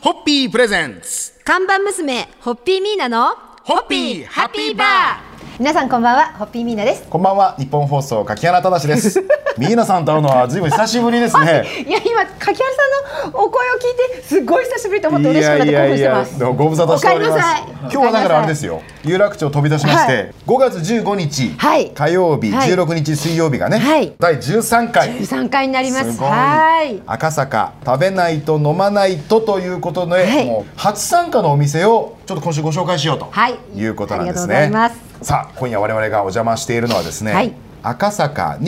ホッピープレゼンツ看板娘ホッピーミーナのホッピーハッピーバー。 皆さんこんばんは、ホッピーミーナです。 こんばんは、日本放送柿原忠ですミーナさんと会うのはずいぶん久しぶりですねいや、今柿原さんのお声を聞いてすごい久しぶりと思って嬉しくなって興奮してます。 ご無沙汰しております。今日はだからあれですよ、有楽町飛び出しまして、はい、5月15日、はい、火曜日、はい、16日水曜日がね、はい、第13回になります。 すごい、はい、赤坂食べないと飲まないとということで、はい、もう初参加のお店をちょっと今週ご紹介しようということなんですね。ありがとうございます。さあ、今夜我々がお邪魔しているのはですね、はい、赤坂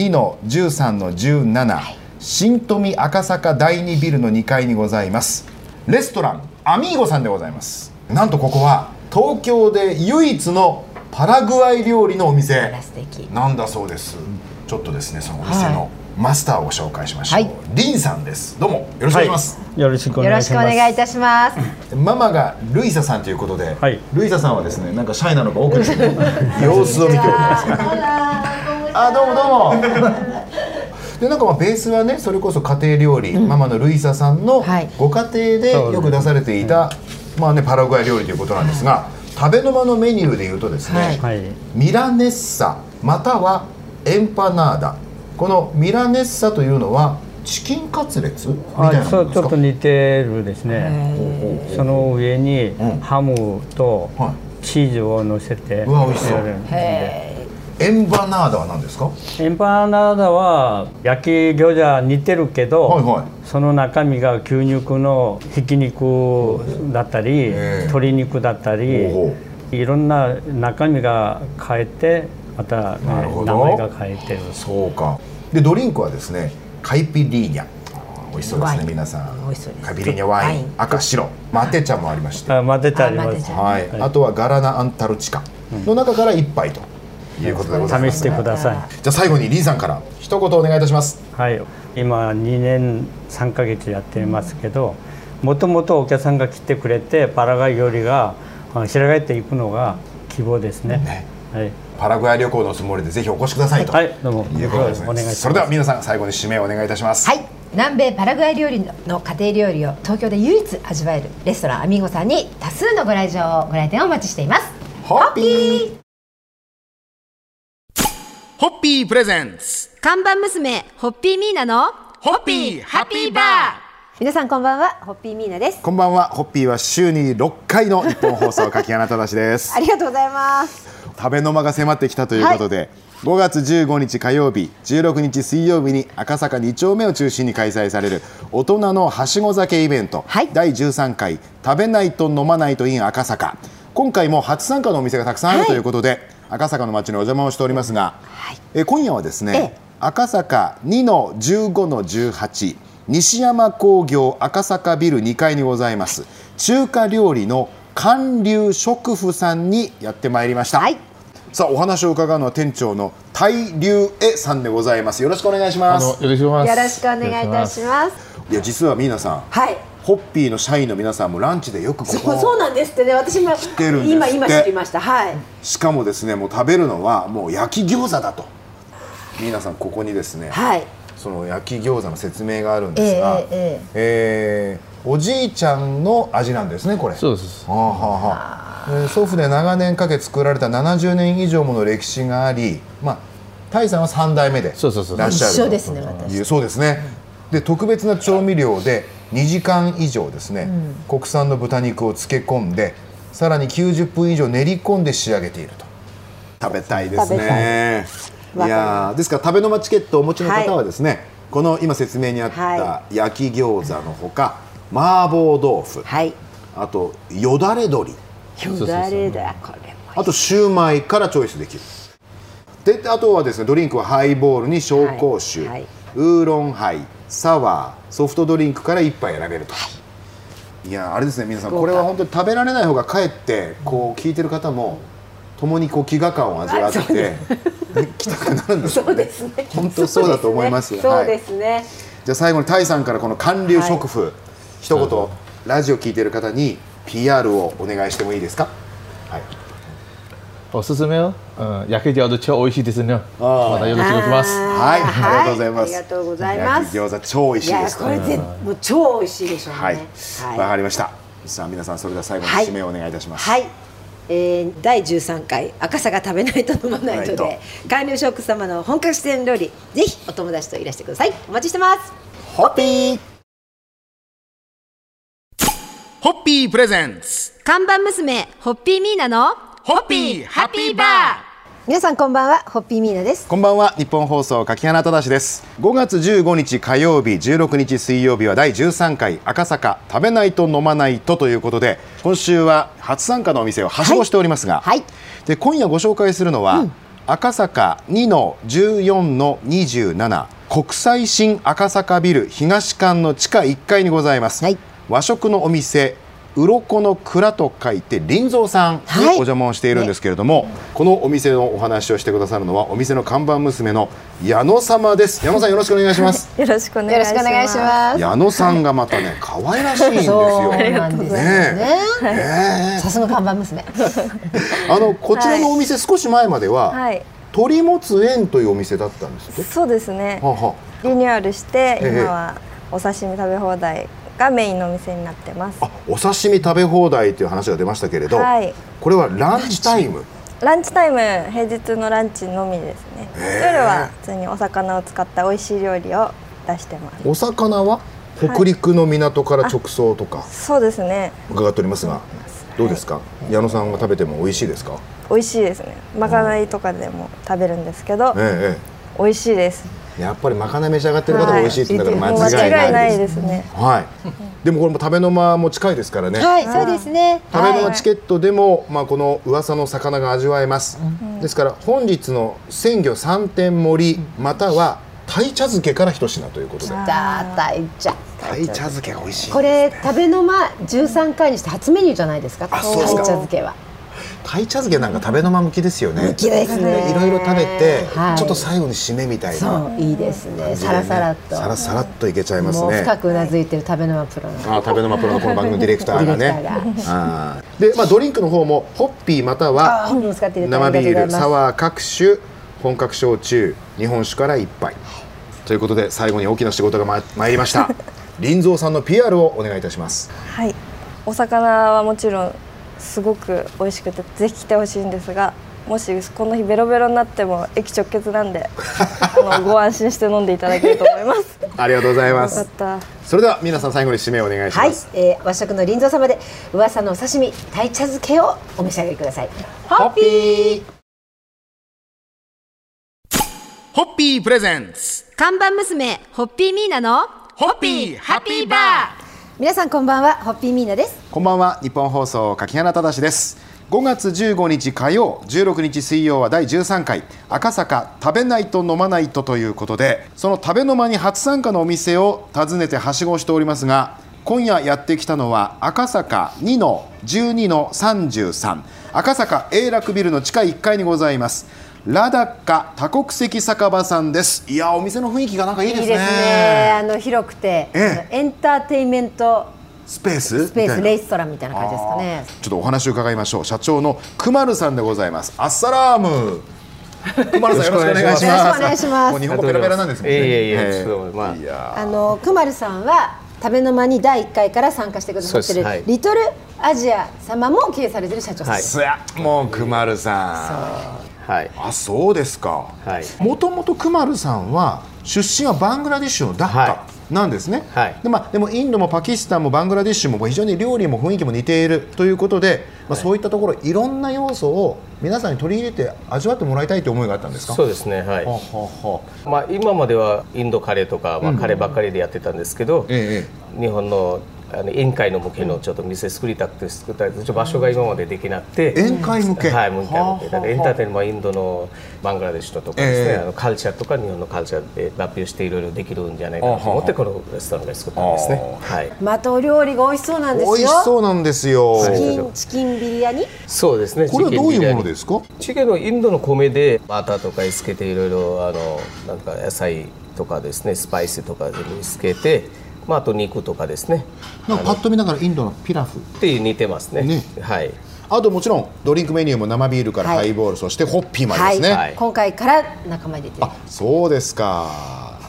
2-13-17、はい、新富赤坂第2ビルの2階にございますレストランアミーゴさんでございます。なんとここは東京で唯一のパラグアイ料理のお店なんだそうです。ちょっとですね、そのお店のマスターを紹介しましょう、はい、リンさんです。どうもよろしくお願いします、 はい、よろしくお願いします。 よろしくお願いいたしますママがルイサさんということで、はい、ルイサさんはですね、なんかシャイなのか奥に様子を見ておりますあ、どうもどうもで、なんかベースはね、それこそ家庭料理、ママのルイサさんのご家庭でよく出されていた、まあね、パラグアイ料理ということなんですが、食べの間のメニューでいうとですね、はい、ミラネッサまたはエンパナーダ。このミラネッサというのはチキンカツレツみたいなものですか？ そう、ちょっと似てるですね。その上にハムとチーズを乗せて、 うわ、美味しそう。エンパナーダは何ですか？ エンパナーダは焼き餃子似てるけど、はいはい、その中身が牛肉のひき肉だったり鶏肉だったり、いろんな中身が変えて、また、名前が変えてる。 そうか。で、ドリンクはですね、カイピリーニャ、美味しそうですね。皆さんカイピリーニャワイン、赤白マテ茶もありまして、 マテ茶あります、 はい、あとはガラナアンタルチカの中から一杯ということでございます、 試してください。 じゃあ最後にリンさんから一言お願いいたします。 はい、今2年3ヶ月やってますけど、もともとお客さんが来てくれてパラグアイ料理が広がっていくのが希望ですね。はい、 パラグアイ旅行のつもりでぜひお越しくださいと、 はい、どうもいうことですね。 お願いします。 それでは皆さん、最後に締めをお願いいたします。 はい、南米パラグアイ料理の家庭料理を東京で唯一味わえるレストランアミーゴさんに多数のご来店をお待ちしています。 ホッピーホッピープレゼンツ看板娘ホッピーミーナのホッピーハッピーバー。 皆さんこんばんは、ホッピーミーナです。 こんばんは。ホッピーは週に6回の日本放送柿原忠ですありがとうございます。 食べの間が迫ってきたということで、はい、5月15日火曜日、16日水曜日に赤坂2丁目を中心に開催される大人のはしご酒イベント、はい、第13回食べないと飲まないと in 赤坂。今回も初参加のお店がたくさんあるということで、はい、赤坂の街にお邪魔をしておりますが、はい、今夜はですね、赤坂 2-15-18 西山工業赤坂ビル2階にございます中華料理の韓流食府さんにやってまいりました、はい、さあお話を伺うのは店長のタイリュウエさんでございます。よろしくお願いします。 よろしくお願いいたします。 いや、実は皆さん、はい、ホッピーの社員の皆さんもランチでよくここそうなんですってね。私も知ってるんですって。 今知りました。はい。しかもですね、もう食べるのはもう焼き餃子だと。皆さんここにですね、はい、その焼き餃子の説明があるんですが、おじいちゃんの味なんですね、これ。 そうです。 祖父で長年かけ作られた70年以上もの歴史があり、まあタイさんは3代目でいらっしゃると。 一緒ですね、私。 そうですね。で、特別な調味料で2時間以上ですね、国産の豚肉を漬け込んで、さらに90分以上練り込んで仕上げていると。食べたいですね。いや、ですから食べの間チケットをお持ちの方はですね、はい、この今説明にあった焼き餃子のほか、麻婆豆腐、はい、あとよだれ鶏、あとシューマイからチョイスできる。で、あとはですね、ドリンクはハイボールに紹興酒、はいはい、ウーロンハイ、サワー、ソフトドリンクから1杯選べると、はい、いや、あれですね、皆さん、これは本当に食べられない方がかえってこう聞いてる方も共にこう飢餓感を味わって来たくなるんでしょうね。そうですね。本当そうだと思います。 そうですね。はい、 じゃあ最後にタイさんからこの韓流食府、はい、一言ラジオ聞いてる方に PR をお願いしてもいいですか？はい。 おすすめは、焼き餃子超美味しいですね。またよろしくお願いします。 はい、ありがとうございます。 ありがとうございます。 焼き餃子超美味しいです。 これもう超美味しいでしょうね。 はい。わかりました。 さあ皆さん、それでは最後に締めをお願いいたします。 はい、第13回赤坂食べないと飲まないとで管理職様の本格四川料理、ぜひお友達といらしてください。お待ちしてます。 ホッピーホッピープレゼンツ看板娘ホッピーミーナのホッピーハッピーバー。 皆さんこんばんは、ホッピーミーナです。 こんばんは、日本放送柿花忠です。5月15日火曜日、16日水曜日は第13回赤坂食べないと飲まないとということで、今週は初参加のお店をはしごしておりますが、で今夜ご紹介するのは、赤坂 2-14-27 国際新赤坂ビル東館の地下1階にございます、和食のお店鱗の蔵と書いて林蔵さんにお邪魔をしているんですけれども、このお店のお話をしてくださるのはお店の看板娘の矢野様です。矢野さん、よろしくお願いします。 よろしくお願いします。 矢野さんがまたね、可愛らしいんですよ。 そうなんですね。さすが看板娘。 こちらのお店、少し前までは、鳥もつ園というお店だったんですって。 そうですね。リニューアルして今はお刺身食べ放題がメインのお店になってます。 お刺身食べ放題という話が出ましたけれど、これはランチタイム。 ランチタイム、平日のランチのみですね。夜は普通にお魚を使った美味しい料理を出してます。 お魚は北陸の港から直送とか、 そうですね、 伺っておりますが、どうですか、矢野さんが食べても美味しいですか？ 美味しいですね。まかないとかでも食べるんですけど、美味しいです。 やっぱりまかない召し上がってる方が美味しいって言うんだから間違いないですね。 でもこれも食べの間も近いですからね。 そうですね。 食べの間チケットでも、この噂の魚が味わえます。ですから本日の鮮魚3点盛りまたは鯛茶漬けから一品ということで。 鯛茶漬けが美味しい。 これ食べの間13回にして初メニューじゃないですか。鯛茶漬けは。 鯛茶漬けなんか食べの間向きですよね。 向きですね。 いろいろ食べて、ちょっと最後に締めみたいな。 そう、いいですね。サラサラっと。 サラサラっといけちゃいますね。 もう深くうなずいてる食べの間プロの。 食べの間プロのこの番組のディレクターがね。で、ドリンクの方もホッピーまたは生ビール、サワー各種、本格焼酎、日本酒から1杯。ということで最後に大きな仕事が参りました。林蔵さんの PR をお願いいたします。 はい。お魚はもちろんすごく美味しくてぜひ来てほしいんですが、もしこの日ベロベロになっても駅直結なんでご安心して飲んでいただけると思います。 ありがとうございます。 よかった。 それでは皆さん最後に締めをお願いします。 和食の林蔵様で噂のお刺身鯛茶漬けをお召し上がりください。 ホッピーホッピープレゼンツ看板娘ホッピーミーナのホッピーハッピーバー。 皆さんこんばんは、ホッピーミーナです。 こんばんは、日本放送柿花忠です。5月15日火曜、16日水曜は第13回赤坂食べないと飲まないとということで、その食べの間に初参加のお店を訪ねてはしごしておりますが、今夜やってきたのは赤坂 2-12-33 赤坂永楽ビルの地下1階にございますラダッカ多国籍酒場さんです。いや、お店の雰囲気がなんかいいですね。 いいですね。広くて、エンターテインメントスペースレストランみたいな感じですかね。 ちょっとお話を伺いましょう。社長のクマルさんでございます。アッサラーム。クマルさん、よろしくお願いします。 よろしくお願いします。 もう日本語ペラペラなんですもんね。 クマルさんは食べの間に第1回から参加してくださってるリトルアジア様も経営されてる社長さんです。 もうクマルさん。そうですか。もともとクマルさんは出身はバングラディッシュのダッカなんですね。でもインドもパキスタンもバングラディッシュも非常に料理も雰囲気も似ているということで、そういったところいろんな要素を皆さんに取り入れて味わってもらいたいという思いがあったんですか？ そうですね。今まではインドカレーとか、カレーばっかりでやってたんですけど、日本の宴会の向けのちょっと店作りたくてちょっと場所が今までできなくて、 宴会向け、 だからエンターテインメントインドのバングラデシュとかですね、カルチャーとか日本のカルチャーで合併していろいろできるんじゃないかなと思ってこのレストランが作ったんですね。 またお料理が美味しそうなんですよ。 美味しそうなんですよ。 チキンビリヤニ。 そうですね。 これはどういうものですか？ チキンのインドの米でバターとかつけていろいろなんか野菜とかですね、スパイスとかにつけて。あと肉とかですね。 パッと見ながらインドのピラフって似てますね。 あともちろんドリンクメニューも生ビールからハイボール、そしてホッピーまでですね。 今回から仲間入れて。 そうですか。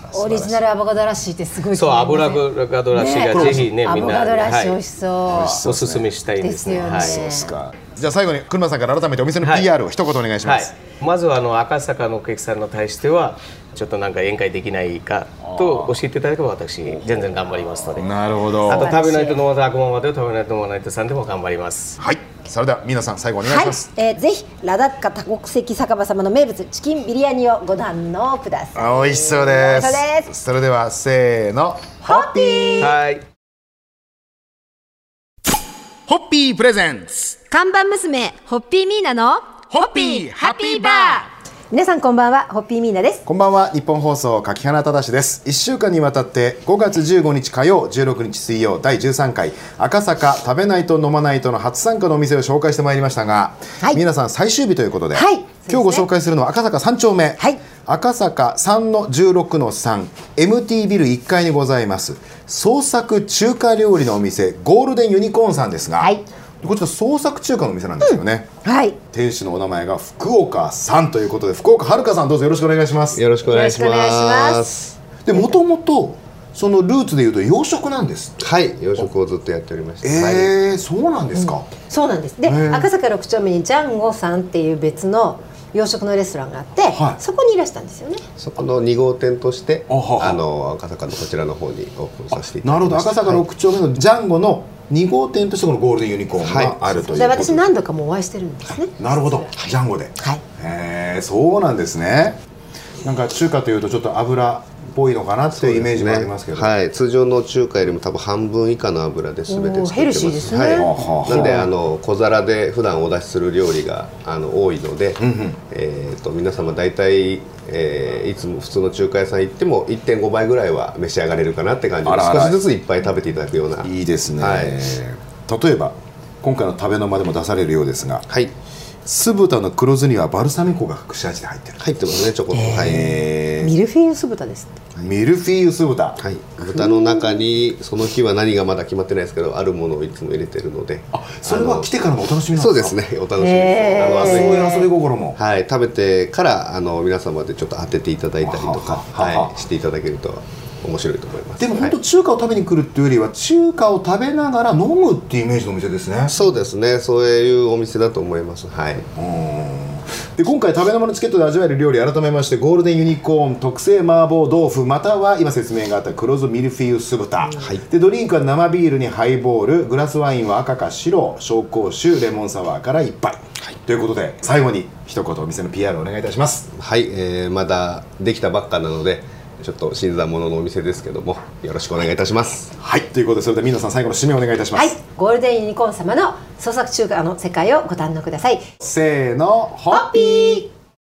オリジナルアボカドラッシーってすごい。 そうアボカドラッシーがぜひねみんなアボカドラッシー美味しそう。 おすすめしたいですね。 そうですか。じゃあ最後に車さんから改めてお店の PR を一言お願いします。 まずは赤坂のお客さんに対してはちょっとなんか宴会できないかと教えていただけば私全然頑張りますので。 なるほど。 あと食べないと飲まないと悪魔まで食べないと飲まないとさんでも頑張ります。 はい。それでは皆さん最後お願いします。 ぜひラダッカ多国籍酒場様の名物チキンビリヤニをご堪能ください。 美味しそうです。それではせーの、 ホッピー。 はい。 ホッピープレゼンツ看板娘ホッピーミーナのホッピーハッピーバー。 皆さんこんばんは、ホッピーミーナです。 こんばんは、日本放送柿花忠です。1週間にわたって5月15日火曜、16日水曜第13回赤坂食べないと飲まないとの初参加のお店を紹介してまいりましたが、皆さん最終日ということで、今日ご紹介するのは赤坂3丁目、赤坂3-16-3 MT ビル1階にございます創作中華料理のお店ゴールデンユニコーンさんですが、こちら創作中華のお店なんですよね。店主のお名前が福岡さんということで、福岡遥さんどうぞよろしくお願いします。 よろしくお願いします。 で、もともとそのルーツでいうと洋食なんです。 はい、洋食をずっとやっておりました。 そうなんですか。 そうなんです。で、赤坂6丁目にジャンゴさんっていう別の洋食のレストランがあって、そこにいらしたんですよね。 そこの2号店として赤坂のこちらの方にオープンさせていただきました。 なるほど。赤坂6丁目のジャンゴの2号店としてこのゴールデンユニコーンがあるということで、 私何度かもお会いしてるんですね。 なるほど。ジャンゴで。そうなんですね。なんか中華というとちょっと油っぽいのかなっていうイメージもありますけど、 通常の中華よりも多分半分以下の油で全て作ってます。 ヘルシーですね。 なんで小皿で普段お出しする料理が多いので、皆様大体いつも普通の中華屋さん行っても 1.5 倍ぐらいは召し上がれるかなって感じで、少しずついっぱい食べていただくような。 いいですね。例えば今回の食べの間でも出されるようですが、酢豚の黒酢にはバルサミコが隠し味で入ってる。 入ってますね、ちょこっと。 ミルフィーユ酢豚ですって。 ミルフィーユ酢豚。 豚の中にその日は何がまだ決まってないですけど、あるものをいつも入れてるので。 それは来てからのお楽しみなんですか。 そうですね、お楽しみです。 そういう遊び心も。 食べてから皆様でちょっと当てていただいたりとかしていただけると面白いと思います。 でも本当中華を食べに来るっていうよりは中華を食べながら飲むっていうイメージのお店ですね。 そうですね、そういうお店だと思います。 で、今回食べの間のチケットで味わえる料理、改めましてゴールデンユニコーン特製麻婆豆腐、または今説明があった黒酢ミルフィーユ酢豚、でドリンクは生ビールにハイボール、グラスワインは赤か白、紹興酒、レモンサワーから1杯、ということで最後に一言お店の PR をお願いいたします。 まだできたばっかなのでちょっと新参者のお店ですけども、よろしくお願いいたします。 ということで、それでは皆さん最後の締めをお願いいたします。 ゴールデンユニコーン様の創作中華の世界をご堪能ください。 せーの、ホッピー。